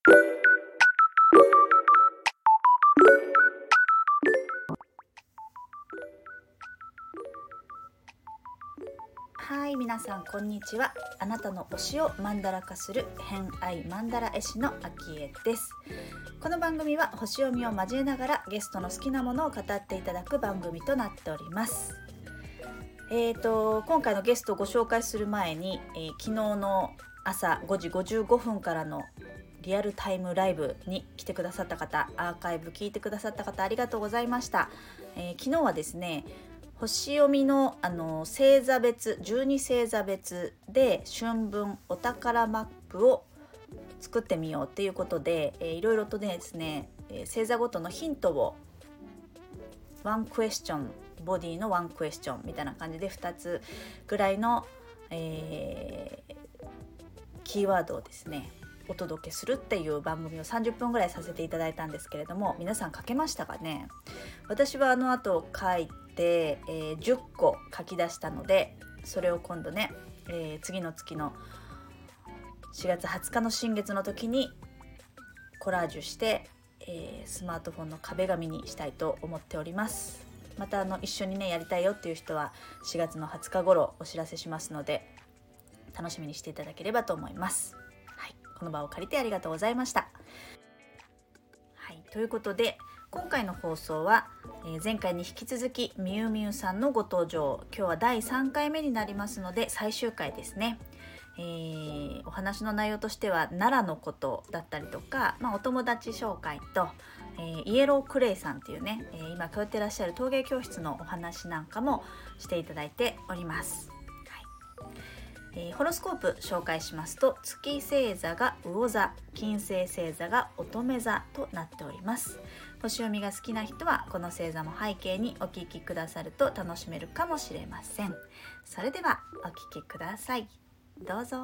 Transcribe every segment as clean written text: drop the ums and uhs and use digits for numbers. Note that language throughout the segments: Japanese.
はい、皆さんこんにちは。あなたの推しをマンダラ化する偏愛マンダラ絵師のあきえです。この番組は星読みを交えながらゲストの好きなものを語っていただく番組となっております。今回のゲストをご紹介する前に、昨日の朝5時55分からのリアルタイムライブに来てくださった方、アーカイブ聞いてくださった方、ありがとうございました。昨日はですね、星読みの、星座別12星座別で春分お宝マップを作ってみようっていうことで、いろいろとですね、星座ごとのヒントをワンクエスチョン、ボディのワンクエスチョンみたいな感じで2つぐらいの、キーワードをですねお届けするっていう番組を30分ぐらいさせていただいたんですけれども、皆さん書けましたかね。私は後書いて、10個書き出したので、それを今度ね、次の月の4月20日の新月の時にコラージュして、スマートフォンの壁紙にしたいと思っております。また一緒にねやりたいよっていう人は4月の20日頃お知らせしますので、楽しみにしていただければと思います。はい、この場を借りてありがとうございました。はい、ということで今回の放送は、前回に引き続きみゆみゆさんのご登場、今日は第3回目になりますので最終回ですね。お話の内容としては奈良のことだったりとか、お友達紹介と、イエロークレイさんっていうね、今通ってらっしゃる陶芸教室のお話なんかもしていただいております。ホロスコープ紹介しますと、月星座が魚座、金星星座が乙女座となっております。星読みが好きな人はこの星座も背景にお聞きくださると楽しめるかもしれません。それではお聞きください。どうぞ。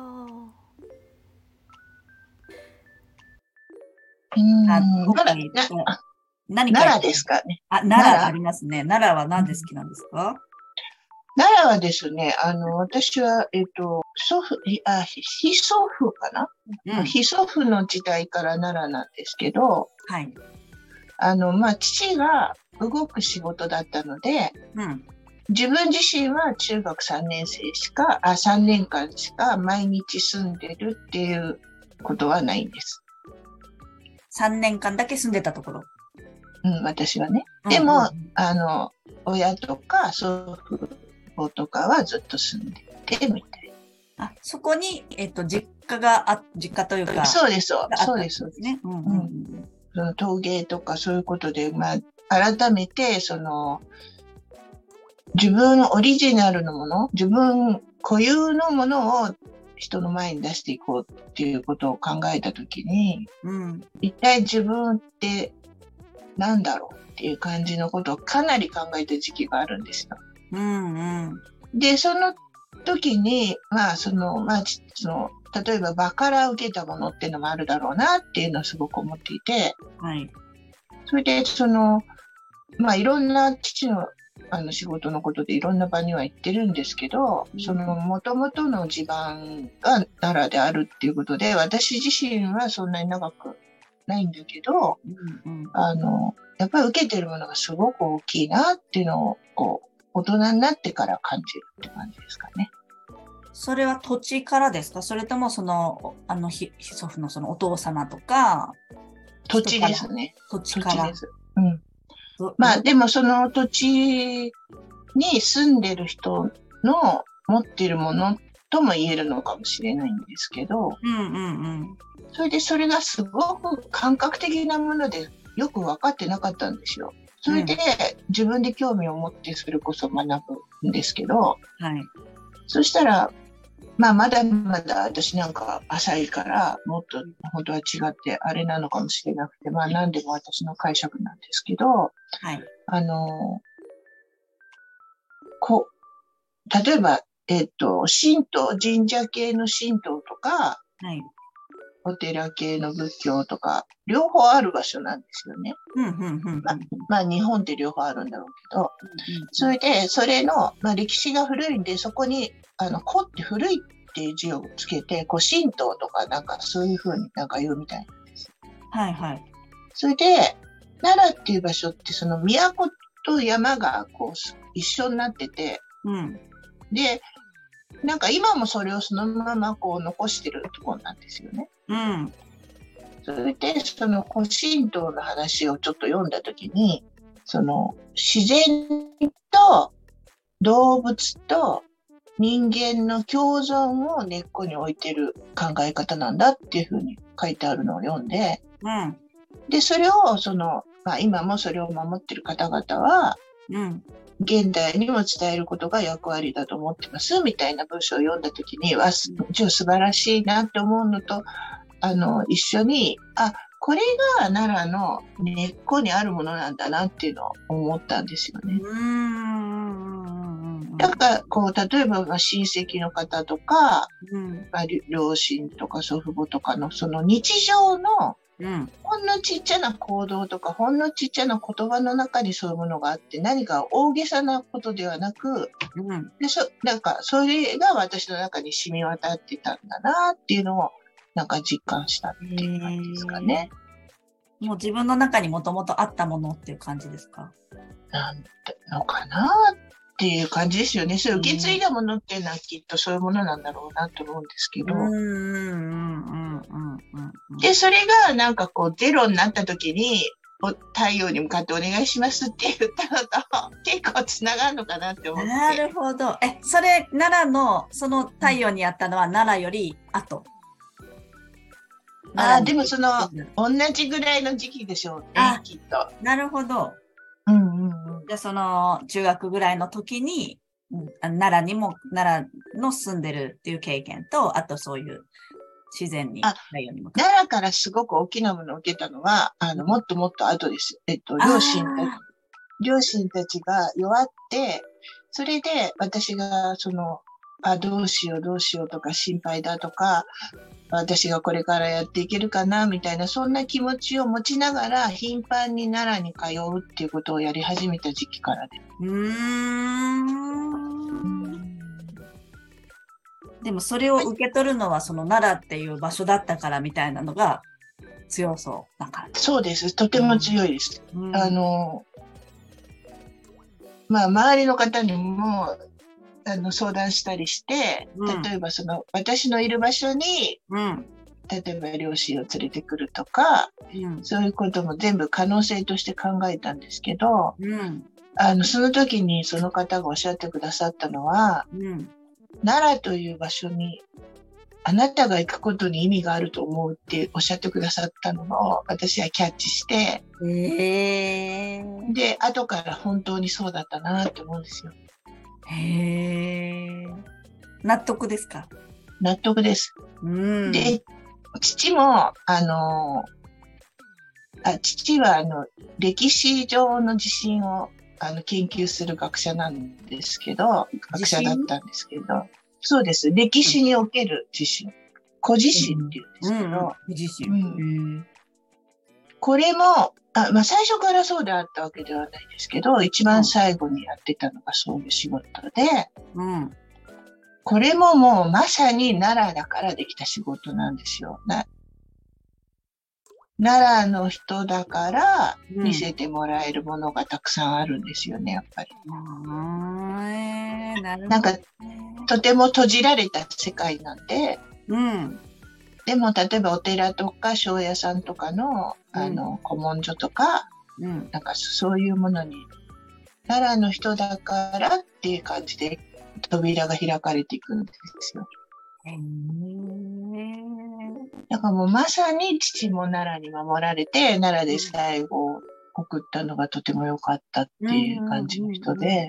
奈良ですかね。 奈良ありますね。奈良は何で好きなんですか？ 奈良はですね、私は、祖父、非祖父かな、非祖父の時代から奈良なんですけど、 はい。 父が動く仕事だったので、自分自身は中学3年間しか毎日住んでるっていうことはないんです。 3年間だけ住んでたところ。 私はね。でも、親とか祖父とかはずっと住んでてみたいな。そこに、実家というか。 そうです。そうですね。陶芸とかそういうことで、改めて、自分オリジナルのもの、自分固有のものを人の前に出していこうっていうことを考えたときに、一体自分ってなんだろうっていう感じのことをかなり考えた時期があるんですよ。で、その時に、例えば場から受けたものっていうのもあるだろうなっていうのをすごく思っていて、それでいろんな父の仕事のことでいろんな場には行ってるんですけど、元々の地盤が奈良であるっていうことで、私自身はそんなに長くないんだけど、やっぱり受けてるものがすごく大きいなっていうのを大人になってから感じるって感じですかね。 それは土地からですか？それとも祖父のお父様とか？ 土地ですね。 土地から。 でもその土地に住んでる人の持っているものとも言えるのかもしれないんですけど、それがすごく感覚的なものでよく分かってなかったんですよ。それで自分で興味を持ってそれこそ学ぶんですけど、そしたら、まだまだ私なんか浅いからもっと本当は違ってあれなのかもしれなくて、何でも私の解釈なんですけど、例えば、神社系の神道とか、お寺系の仏教とか、両方ある場所なんですよね。日本って両方あるんだろうけど、それで、それの、歴史が古いんで、そこに、古って古いっていう字をつけて、神道とかなんかそういう風になんか言うみたいなんです。 はいはい。 それで、奈良っていう場所って、その都と山がこう一緒になってて、 うん。 で、なんか今もそれをそのままこう残してるところなんですよね。 うん。 それで、その古神道の話をちょっと読んだときに、その自然と動物と人間の共存を根っこに置いてる考え方なんだっていうふうに書いてあるのを読んで、 うん。 で、それを今もそれを守ってる方々は、 うん。 現代にも伝えることが役割だと思ってますみたいな文章を読んだときに、素晴らしいなって思うのと、一緒に、これが奈良の根っこにあるものなんだなっていうのを思ったんですよね。だからこう例えば親戚の方とか、両親とか祖父母とかのその日常のほんのちっちゃな行動とかほんのちっちゃな言葉の中にそういうものがあって、何か大げさなことではなく、なんかそれが私の中に染み渡ってたんだなっていうのをなんか実感したっていう感じですかね。 もう自分の中にもともとあったものっていう感じですか？ なんのかなっていう感じですよね。そういう受け継いだものっていうのはきっとそういうものなんだろうなと思うんですけど。で、それがなんかこうゼロになった時に、太陽に向かってお願いしますって言ったのと結構つながるのかなって思って。 なるほど。それ奈良のその太陽にあったのは奈良より後？ でもその同じぐらいの時期でしょうね、きっと。 なるほど。じゃあその中学ぐらいの時に、奈良の住んでるっていう経験と、あとそういう自然に太陽に向かって。 奈良からすごく大きなものを受けたのは、もっともっと後です。両親たちが弱って、それで私がどうしようとか心配だとか、私がこれからやっていけるかなみたいな、そんな気持ちを持ちながら頻繁に奈良に通うっていうことをやり始めた時期からで。 でもそれを受け取るのはその奈良っていう場所だったからみたいなのが強そうな感じ。 そうです。とても強いです。周りの方にも相談したりして、例えば私のいる場所に、例えば両親を連れてくるとか、そういうことも全部可能性として考えたんですけど、その時にその方がおっしゃってくださったのは、奈良という場所にあなたが行くことに意味があると思うっておっしゃってくださったのを私はキャッチして、で後から本当にそうだったなって思うんですよ。 納得ですか？ 納得です。で、父も父は歴史上の地震を研究する学者なんですけど、学者だったんですけど、そうです。歴史における地震。古地震っていうんですけど、 古地震。 これも、最初からそうであったわけではないですけど、一番最後にやってたのがそういう仕事で、これももうまさに奈良だからできた仕事なんですよ。奈良の人だから見せてもらえるものがたくさんあるんですよね、やっぱり。なんか、とても閉じられた世界なんで、でも例えばお寺とか庄屋さんとかの、古文書とか、なんかそういうものに、奈良の人だからっていう感じで扉が開かれていくんですよ。だからもうまさに父も奈良に守られて、奈良で最後を送ったのがとても良かったっていう感じの人で。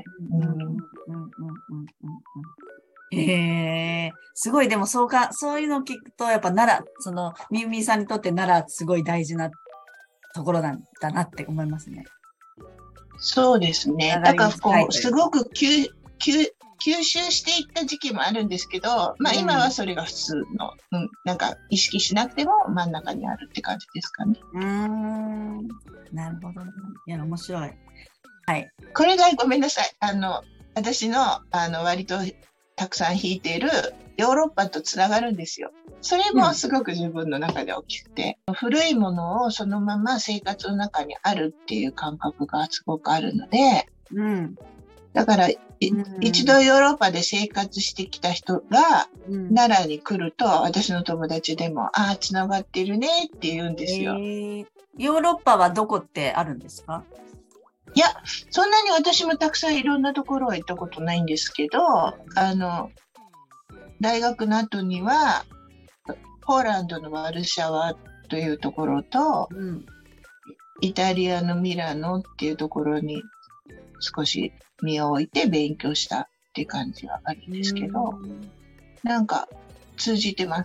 すごい、でもそういうのを聞くと、やっぱ奈良、みゆみさんにとって奈良すごい大事なところなんだなって思いますね。 そうですね。だからこう、すごく吸収していった時期もあるんですけど、今はそれが普通の、なんか意識しなくても真ん中にあるって感じですかね。 なるほどね。いや、面白い。はい。 これがごめんなさい。私の、割とたくさん弾いているヨーロッパとつながるんですよ。それもすごく自分の中で大きくて、古いものをそのまま生活の中にあるっていう感覚がすごくあるので、だから一度ヨーロッパで生活してきた人が奈良に来ると、私の友達でもつながってるねって言うんですよ。 ヨーロッパはどこってあるんですか？ いや、そんなに私もたくさんいろんなところは行ったことないんですけど、大学の後にはポーランドのワルシャワというところと、イタリアのミラノっていうところに少し身を置いて勉強したって感じはあるんですけど、なんか通じてます。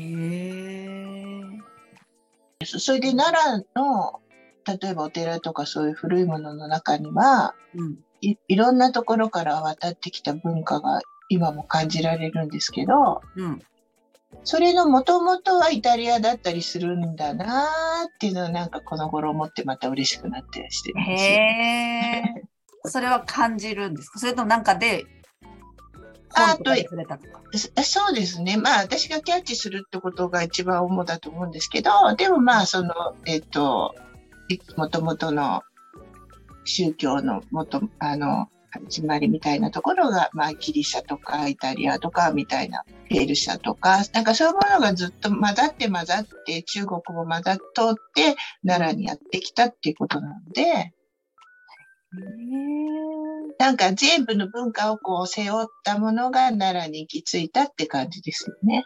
それで奈良の例えばお寺とかそういう古いものの中には、いろんなところから渡ってきた文化が今も感じられるんですけど、それの元々はイタリアだったりするんだなーっていうのをなんかこの頃思ってまた嬉しくなってしてるんですよ。 それは感じるんですか？それともなんかでそうですね。私がキャッチするってことが一番主だと思うんですけど、でもその元々の宗教の始まりみたいなところが、ギリシャとかイタリアとかみたいな、ペルシャとか、なんかそういうものがずっと混ざって、中国も混ざっとって奈良にやってきたっていうことなので、なんか全部の文化をこう背負ったものが奈良に行き着いたって感じですよね。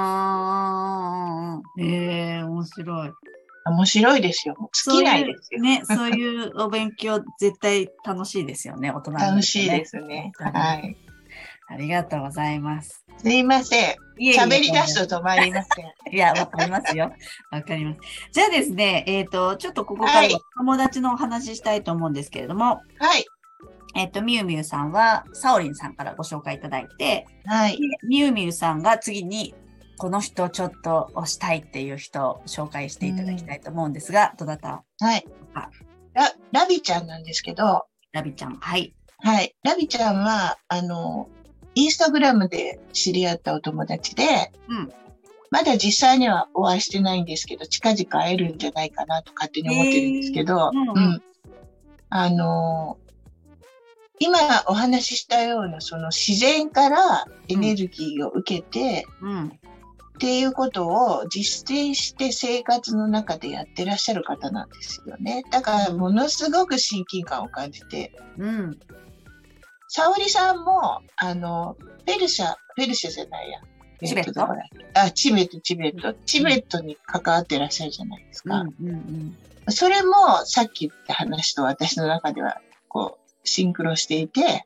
面白い。 面白いですよ。尽きないですよ。 そういうお勉強絶対楽しいですよね、大人に、 楽しいですね。はい。 ありがとうございます。 すいません。喋り出すと止まりません。 いや、わかりますよ。わかります。じゃあですね、ちょっとここからは友達のお話ししたいと思うんですけれども、 はい。 みゆみゆさんは、サオリンさんからご紹介いただいて、 はい。 みゆみゆさんが次に、この人ちょっと推したいっていう人を紹介していただきたいと思うんですが、どなた？ はい。ラビちゃんなんですけど。 ラビちゃん。はい。 はい。ラビちゃんは、インスタグラムで知り合ったお友達で、まだ実際にはお会いしてないんですけど、近々会えるんじゃないかなと勝手に思ってるんですけど、今お話ししたようなその自然からエネルギーを受けて、っていうことを実践して生活の中でやってらっしゃる方なんですよね。だからものすごく親近感を感じて。沙織さんも、ペルシャじゃないや。 チベット？ チベットに関わってらっしゃるじゃないですか。それもさっき言った話と私の中では、こう、シンクロしていて、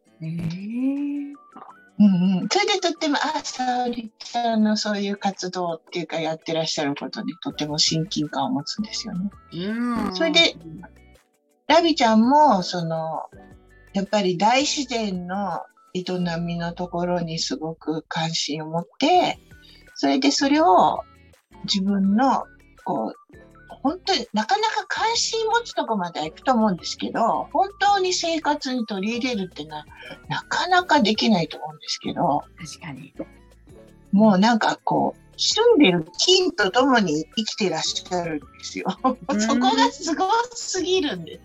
それでとっても、沙織ちゃんのそういう活動っていうかやってらっしゃることにとても親近感を持つんですよね。それで、ラビちゃんも、やっぱり大自然の営みのところにすごく関心を持って、それでそれを自分の、こう、本当になかなか関心持つとこまでは行くと思うんですけど、本当に生活に取り入れるっていうのはなかなかできないと思うんですけど、 確かに。 もうなんかこう、住んでる菌と共に生きてらっしゃるんですよ。そこがすごすぎるんです。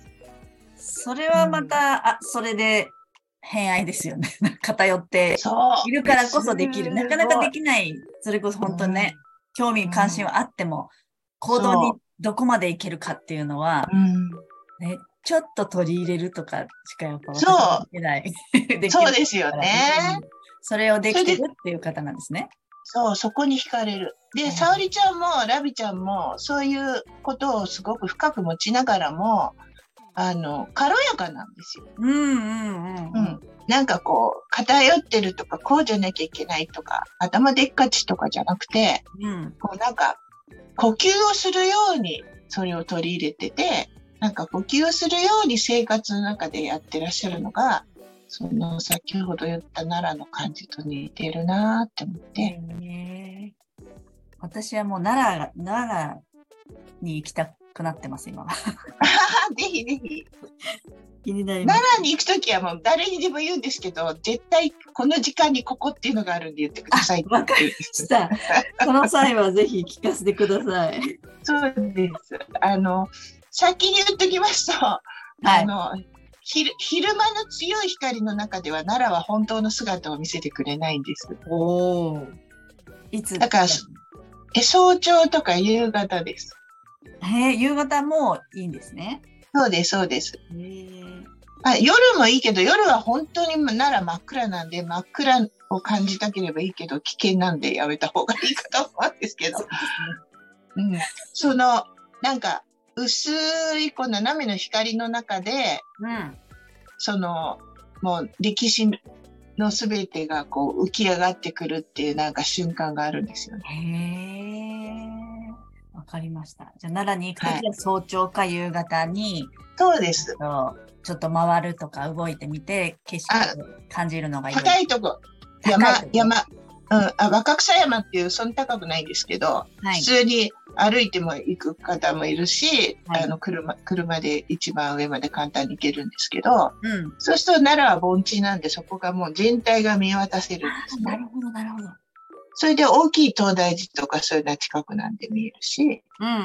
それはまた、それで偏愛ですよね。偏っているからこそできる。なかなかできない。それこそ本当にね、興味関心はあっても、行動にどこまでいけるかっていうのは、ね、ちょっと取り入れるとかしかやっぱ私はできない。 そうですよね。 それをできてるっていう方なんですね。 そう、そこに惹かれる。で、沙織ちゃんもラビちゃんもそういうことをすごく深く持ちながらも、軽やかなんですよ。なんかこう、偏ってるとか、こうじゃなきゃいけないとか、頭でっかちとかじゃなくて、こうなんか、呼吸をするようにそれを取り入れてて、なんか呼吸をするように生活の中でやってらっしゃるのが、先ほど言った奈良の感じと似てるなって思って。 私はもう奈良に行きたくなってます、今は。 ぜひぜひ。 気になります。 奈良に行くときはもう誰にでも言うんですけど、絶対この時間にここっていうのがあるんで言ってください。 わかりました。その際はぜひ聞かせてください。 そうです。先に言っときますと、はい、昼間の強い光の中では奈良は本当の姿を見せてくれないんです。 おー。いつだから早朝とか夕方です。 夕方もいいんですね。 そうです、そうです。夜もいいけど、夜は本当に奈良真っ暗なんで、真っ暗を感じたければいいけど、危険なんでやめた方がいいかと思うんですけど。なんか、薄いこう斜めの光の中で、もう歴史のすべてがこう浮き上がってくるっていうなんか瞬間があるんですよね。 わかりました。じゃあ奈良に行くときは早朝か夕方に、 そうです。 ちょっと回るとか動いてみて景色を感じるのがいい。 高いとこ、山、若草山っていうそんな高くないんですけど、普通に歩いても行く方もいるし、車で一番上まで簡単に行けるんですけど、そうすると奈良は盆地なんで、そこがもう全体が見渡せるんですね。 なるほど、なるほど。 それで大きい東大寺とかそういうのは近くなんで見えるし、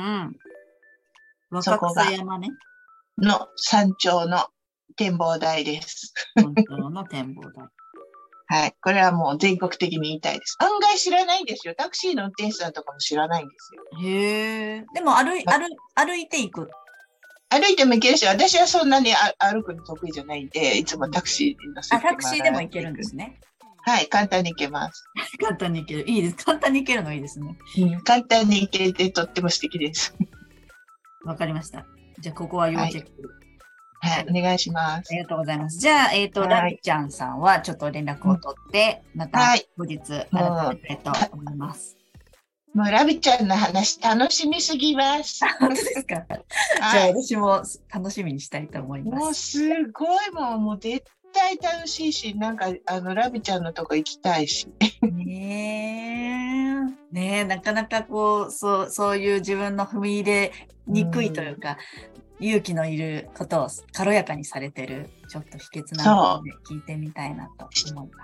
若草山ね。 の山頂の展望台です。 山頂の展望台。 はい。これはもう全国的に言いたいです。案外知らないんですよ。タクシーの運転手さんとかも知らないんですよ。 へえ。でも歩いていく。 歩いても行けるし、私はそんなに歩くの得意じゃないんで、いつもタクシーに乗せてもらって。 タクシーでも行けるんですね。 はい、簡単に行けます。 簡単に行ける。いいです。簡単に行けるのいいですね。 簡単に行けてとっても素敵です。 わかりました。じゃあ、ここは要チェック。 はい、お願いします。 ありがとうございます。じゃあ、ラビちゃんさんはちょっと連絡を取って、また後日改めたいと思います。 もうラビちゃんの話楽しみすぎます。 本当ですか。じゃあ、私も楽しみにしたいと思います。 もうすごいもう絶対楽しいし、なんかラビちゃんのとこ行きたいし。 ねえ、なかなかこう、そういう自分の踏み入れにくいというか、勇気のいることを軽やかにされてる、ちょっと秘訣なので聞いてみたいなと思います。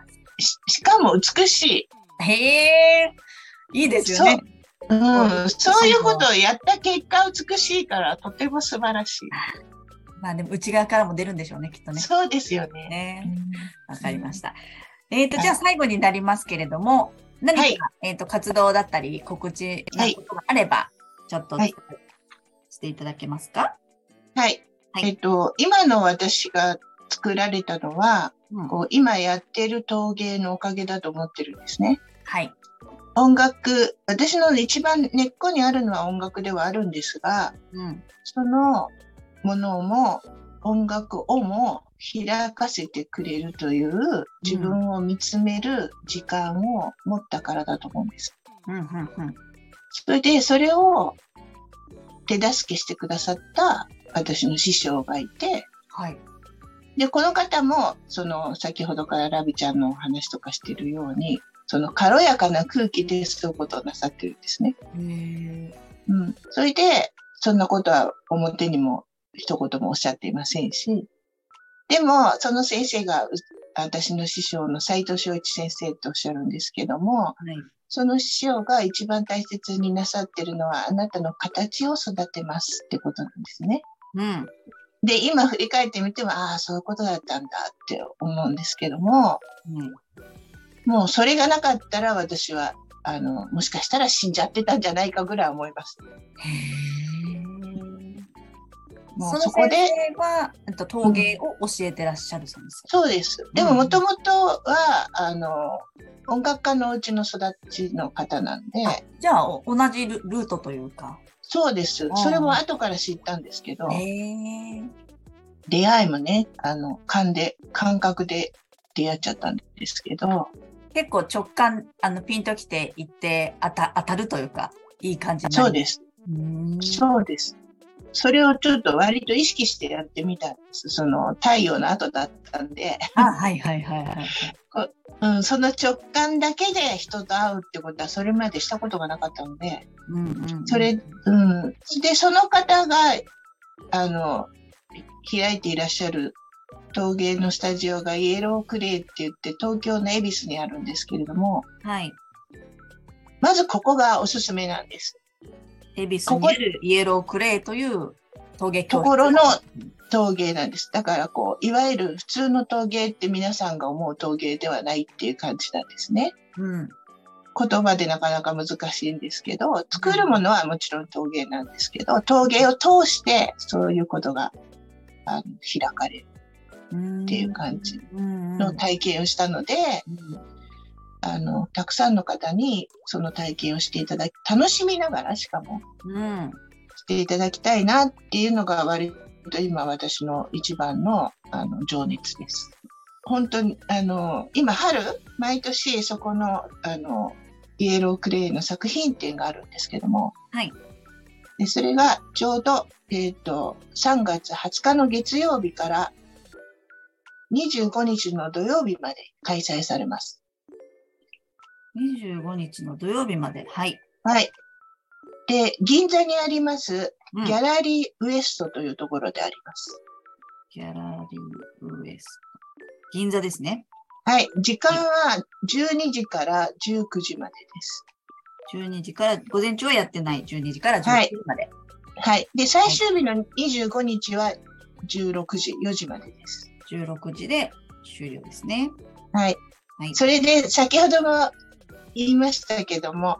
しかも美しい。 へえ、いいですよね。 そういうことをやった結果美しいからとても素晴らしい。 まあでも内側からも出るんでしょうね、きっとね。 そうですよね。 わかりました。じゃあ最後になりますけれども、何か、活動だったり告知なことがあれば、ちょっとしていただけますか？ はい。今の私が作られたのは、こう今やってる陶芸のおかげだと思ってるんですね。 はい。 音楽、私の一番根っこにあるのは音楽ではあるんですが、そのものも音楽をも開かせてくれるという自分を見つめる時間を持ったからだと思うんです。それでそれを手助けしてくださった私の師匠がいて、でこの方も先ほどからラビちゃんのお話とかしているように、その軽やかな空気でそういうことをなさってるんですね。それでそんなことは表にも一言もおっしゃっていませんし、でもその先生が私の師匠の斉藤正一先生とおっしゃるんですけども、その師匠が一番大切になさってるのはあなたの形を育てますってことなんですね。で今振り返ってみてもそういうことだったんだって思うんですけども、もうそれがなかったら私はもしかしたら死んじゃってたんじゃないかぐらい思います。 もうそこでは陶芸を教えてらっしゃるそうです。 そうです。でももともとは音楽家のうちの育ちの方なんで。 じゃあ同じルートというか。 そうです。それも後から知ったんですけど、出会いもね感覚で出会っちゃったんですけど、 結構直感ピンときていって当たるというかいい感じになる。 そうです。そうです。それをちょっと割と意識してやってみたんです。太陽の後だったんで。その直感だけで人と会うってことはそれまでしたことがなかったので、でその方が開いていらっしゃる陶芸のスタジオがイエロークレイって言って東京の恵比寿にあるんですけれども、 はい。 まずここがおすすめなんです。 恵比寿にあるイエロークレイという陶芸教室。 ところの陶芸なんです。だからいわゆる普通の陶芸って皆さんが思う陶芸ではないっていう感じなんですね。 うん。 言葉でなかなか難しいんですけど、作るものはもちろん陶芸なんですけど、陶芸を通してそういうことが開かれるっていう感じの体験をしたので、たくさんの方にその体験をしていただき、楽しみながらしかもしていただきたいなっていうのが割と今私の一番の情熱です。本当に今春毎年そこのイエロークレイの作品展があるんですけども、 はい。 でそれがちょうど、3月20日の月曜日から25日の土曜日まで開催されます。 25日の土曜日まで。はい。 はい。で、銀座にあります、ギャラリーウエストというところであります。 ギャラリーウエスト。銀座ですね。 はい。時間は12時から19時までです。 12時から、午前中はやってない。12時から19時まで。 はい。で、最終日の25日は16時、4時までです。 16時で終了ですね。 はい。はい、それで、先ほども言いましたけども、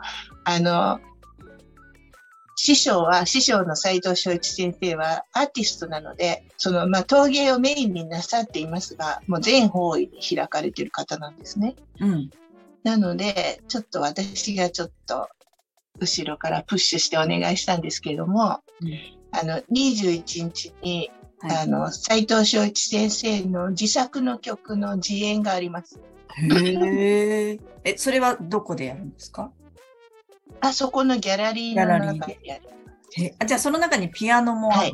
師匠の斉藤正一先生はアーティストなので、陶芸をメインになさっていますが、もう全方位に開かれている方なんですね。 うん。 なので、私が後ろからプッシュしてお願いしたんですけれども、21日に、斉藤正一先生の自作の曲の自演があります。 へえ。それはどこでやるんですか？ そこのギャラリーの中でやる。 じゃあその中にピアノもある？はい。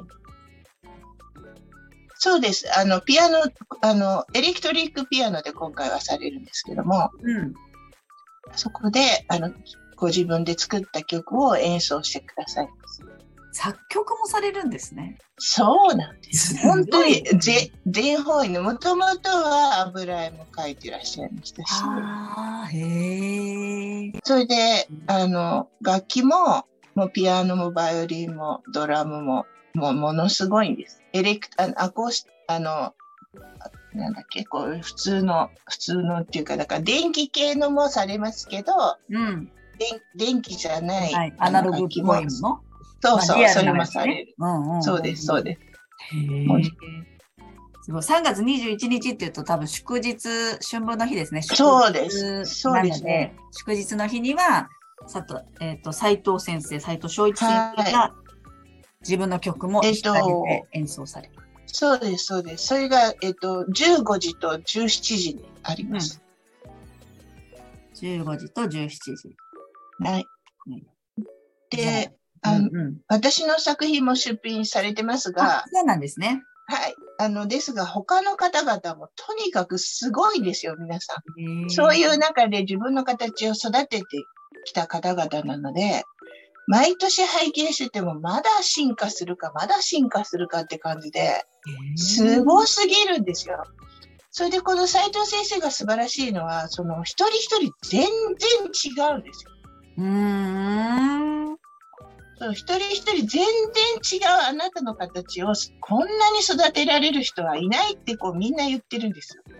そうです。ピアノ、エレクトリックピアノで今回はされるんですけども、そこで、ご自分で作った曲を演奏してくださいます。 作曲もされるんですね。 そうなんです。本当に全方位の、もともとは油絵も描いてらっしゃいましたし。それで、楽器もピアノもバイオリンもドラムも、ものすごいんです。なんだっけ、普通のっていうか、だから電気系のもされますけど、電気じゃない、 アナログっぽいの？ そう、それもされる。そうです、そうです。 すごい。3月21日っていうと多分祝日、春分の日ですね。 そうです。そうですね。 祝日の日には、斉藤正一先生が自分の曲も一緒に演奏される。 そうです、そうです。それが、15時と17時にあります。 15時と17時。 はい。で、私の作品も出品されてますが、 そうなんですね。 はい。ですが、他の方々もとにかくすごいんですよ、皆さん。そういう中で自分の形を育ててきた方々なので、毎年拝見しててもまだ進化するかって感じで、すごすぎるんですよ。それでこの斉藤先生が素晴らしいのは、一人一人全然違うんですよ。一人一人全然違うあなたの形をこんなに育てられる人はいないってみんな言ってるんですよ。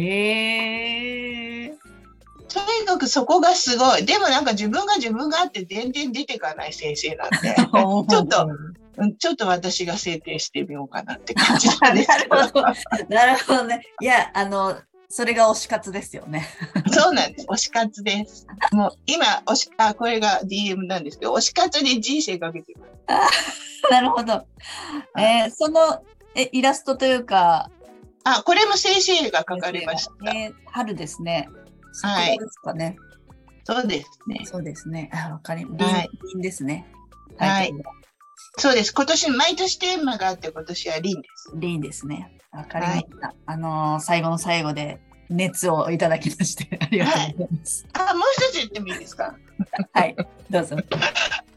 とにかくそこがすごい。でもなんか自分があって全然出てかない先生なんで、ちょっと私が制定してみようかなって感じなんですけど。 なるほどね。いや、それが推し活ですよね。 そうなんです。推し活です。もう今、これが DM なんですけど、推し活で人生かけてます。 なるほど。そのイラストというか。 これも先生が描かれました。 春ですね。 はい。 ですかね。 そうですね。 そうですね。わかります。輪ですね。 はい。そうです。毎年テーマがあって、今年は輪です。 輪ですね。わかりました。最後の最後で熱をいただきまして、ありがとうございます。 もう一つ言ってもいいですか？ はい、どうぞ。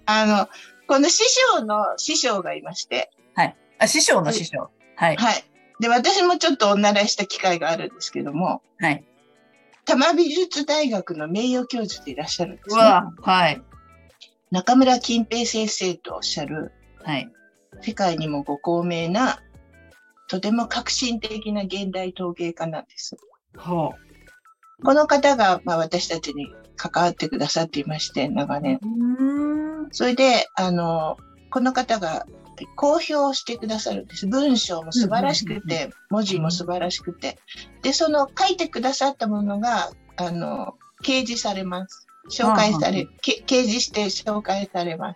この師匠がいまして。 はい。師匠の師匠。はい。 はい。 で、私もちょっとお習いした機会があるんですけども、 はい。 多摩美術大学の名誉教授でいらっしゃるんですね。 はい。 中村金平先生とおっしゃる、 はい。 世界にもご高名な、とても革新的な現代陶芸家なんです。 ほう。この方が、私たちに関わってくださっていまして、長年。それで、この方が公表してくださるんです。文章も素晴らしくて、文字も素晴らしくて。で、その書いてくださったものが、掲示されます。紹介され、掲示して紹介されます。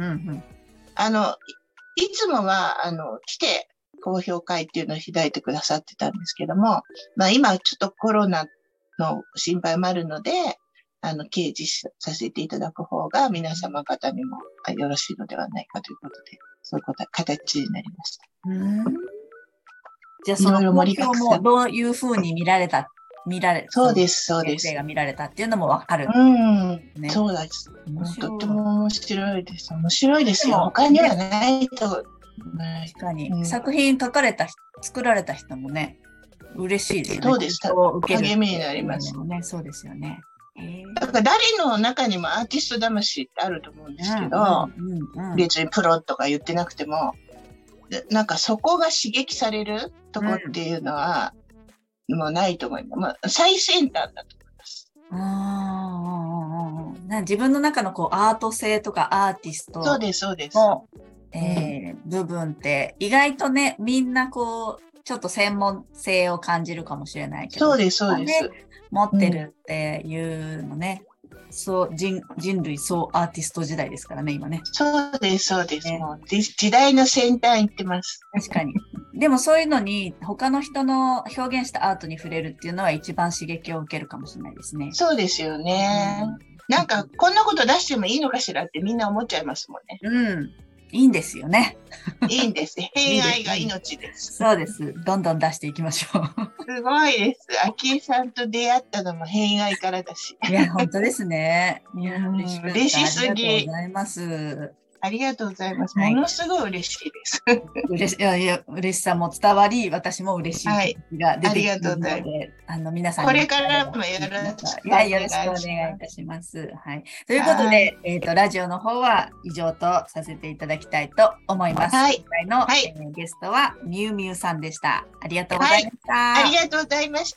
いつもは、来て公表会っていうのを開いてくださってたんですけども、今ちょっとコロナの心配もあるので、掲示させていただく方が皆様方にもよろしいのではないかということで、そういうこと形になりました。 じゃあその公表もどういうふうに見られそうです、そうです。 先生が見られたっていうのもわかる。 そうです。とっても面白いです。面白いですよ。他にはないと。確かに、作品作られた人もね、嬉しいですね。 そうです。励みになります。 そうですよね。 だから誰の中にもアーティスト魂ってあると思うんですけど、別にプロとか言ってなくても、なんかそこが刺激されるとこっていうのは、もうないと思います。最先端だと思います。自分の中のアート性とかアーティストの、 そうです、そうです。 部分って意外とね、みんなちょっと専門性を感じるかもしれないけど。 そうです、そうです。 持ってるっていうのね。人類総アーティスト時代ですからね、今ね。 そうです、そうです。もう時代の先端行ってます。 確かに。でもそういうのに他の人の表現したアートに触れるっていうのは一番刺激を受けるかもしれないですね。 そうですよね。なんかこんなこと出してもいいのかしらってみんな思っちゃいますもんね。 いいんですよね。 いいんです。偏愛が命です。 そうです。どんどん出していきましょう。 すごいです。昭恵さんと出会ったのも偏愛からだし。 いや、本当ですね。いや、 嬉しすぎ。 ありがとうございます。 ありがとうございます。ものすごい嬉しいです。 嬉しさも伝わり、私も嬉しいが出てきているので、皆さんこれからもよろしくお願いします。 よろしくお願いいたします。はい。ということで、ラジオの方は以上とさせていただきたいと思います。今回の、ゲストはみゆみゆさんでした。ありがとうございました。 ありがとうございました。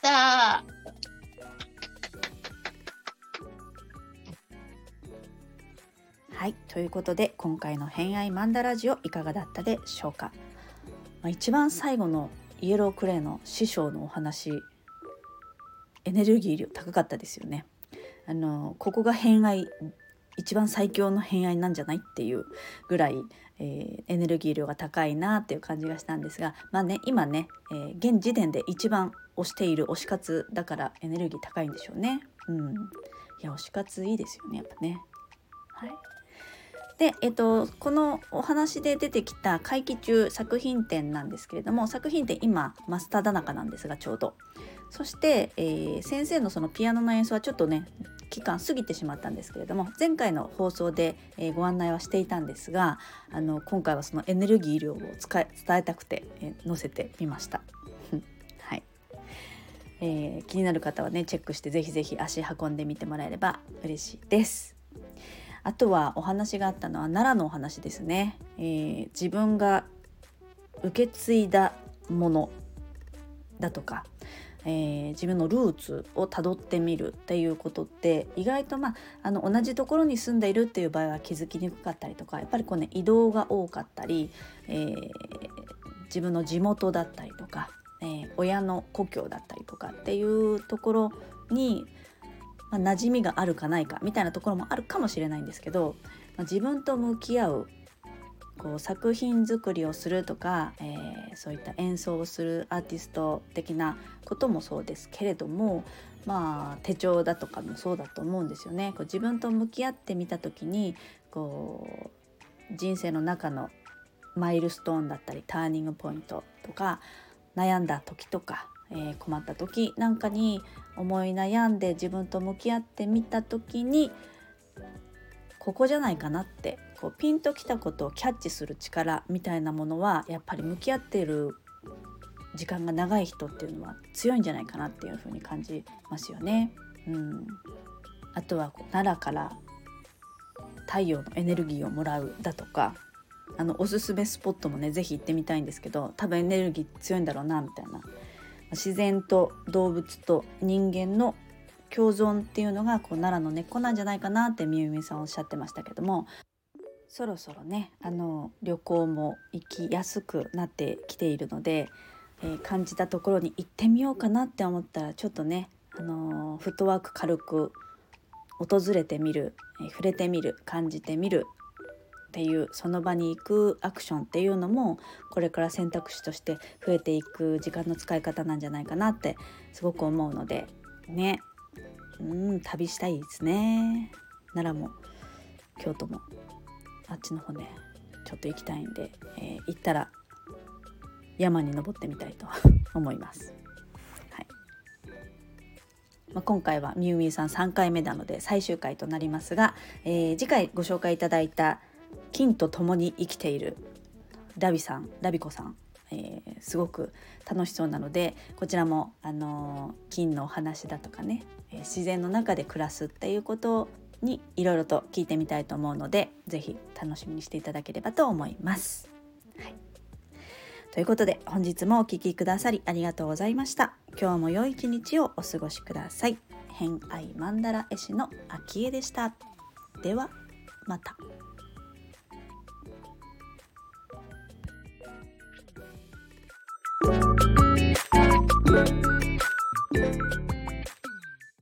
はい、ということで今回の偏愛マンダラジオいかがだったでしょうか。一番最後のイエロークレイの師匠のお話、エネルギー量高かったですよね。ここが偏愛、一番最強の偏愛なんじゃないっていうぐらい、エネルギー量が高いなっていう感じがしたんですが、今ね、現時点で一番推している推し活だからエネルギー高いんでしょうね。いや推し活いいですよね、やっぱね。はい。で、このお話で出てきた会期中作品展なんですけれども、作品展今真っ只中なんですが、ちょうどそして、先生のそのピアノの演奏はちょっとね期間過ぎてしまったんですけれども、前回の放送で、ご案内はしていたんですが、今回はそのエネルギー量を伝えたくて、載せてみましたはい、気になる方はねチェックしてぜひぜひ足運んでみてもらえれば嬉しいです。あとはお話があったのは奈良のお話ですね。自分が受け継いだものだとか、自分のルーツをたどってみるっていうことって意外と同じところに住んでいるっていう場合は気づきにくかったりとか、やっぱり移動が多かったり、自分の地元だったりとか、親の故郷だったりとかっていうところに馴染みがあるかないかみたいなところもあるかもしれないんですけど、自分と向き合う作品作りをするとか、そういった演奏をするアーティスト的なこともそうですけれども、手帳だとかもそうだと思うんですよね。自分と向き合ってみた時に人生の中のマイルストーンだったりターニングポイントとか、悩んだ時とか、困った時なんかに思い悩んで自分と向き合ってみた時に、ここじゃないかなってピンときたことをキャッチする力みたいなものはやっぱり向き合っている時間が長い人っていうのは強いんじゃないかなっていうふうに感じますよね。あとは奈良から太陽のエネルギーをもらうだとか、おすすめスポットもねぜひ行ってみたいんですけど、多分エネルギー強いんだろうなみたいな、自然と動物と人間の共存っていうのが奈良の根っこなんじゃないかなってみゆみさんおっしゃってましたけども、そろそろね旅行も行きやすくなってきているので、感じたところに行ってみようかなって思ったら、ちょっとね、フットワーク軽く訪れてみる、触れてみる、感じてみるっていう、その場に行くアクションっていうのもこれから選択肢として増えていく時間の使い方なんじゃないかなってすごく思うのでね、旅したいですね。奈良も京都もあっちの方ねちょっと行きたいんで、行ったら山に登ってみたいと思います。今回はみゆみゆさん3回目なので最終回となりますが、次回ご紹介いただいた金と共に生きているラビコさん、すごく楽しそうなので、こちらも金のお話だとかね、自然の中で暮らすっていうことにいろいろと聞いてみたいと思うので、ぜひ楽しみにしていただければと思います。ということで本日もお聞きくださりありがとうございました。今日も良い一日をお過ごしください。偏愛マンダラ絵師のあきえでした。ではまた。